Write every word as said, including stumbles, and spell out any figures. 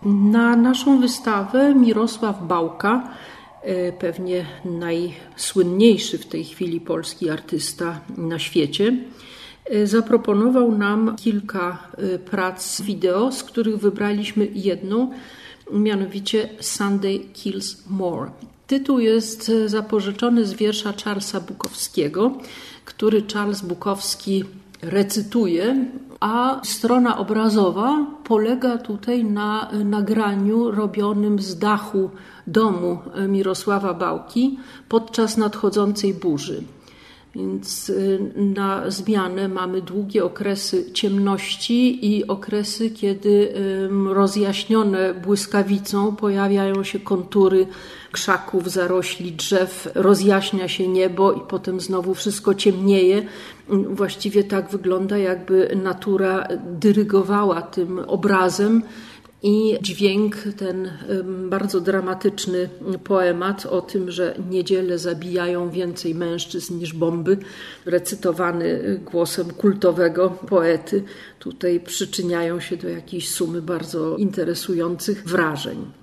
Na naszą wystawę Mirosław Bałka, pewnie najsłynniejszy w tej chwili polski artysta na świecie, zaproponował nam kilka prac wideo, z których wybraliśmy jedną, mianowicie Sunday Kills More. Tytuł jest zapożyczony z wiersza Charlesa Bukowskiego, który Charles Bukowski recytuje, a strona obrazowa polega tutaj na nagraniu robionym z dachu domu Mirosława Bałki podczas nadchodzącej burzy. Więc na zmianę mamy długie okresy ciemności i okresy, kiedy rozjaśnione błyskawicą pojawiają się kontury krzaków, zarośli drzew, rozjaśnia się niebo i potem znowu wszystko ciemnieje. Właściwie tak wygląda, jakby natura dyrygowała tym obrazem. I dźwięk, ten bardzo dramatyczny poemat o tym, że niedziele zabijają więcej mężczyzn niż bomby, recytowany głosem kultowego poety, tutaj przyczyniają się do jakiejś sumy bardzo interesujących wrażeń.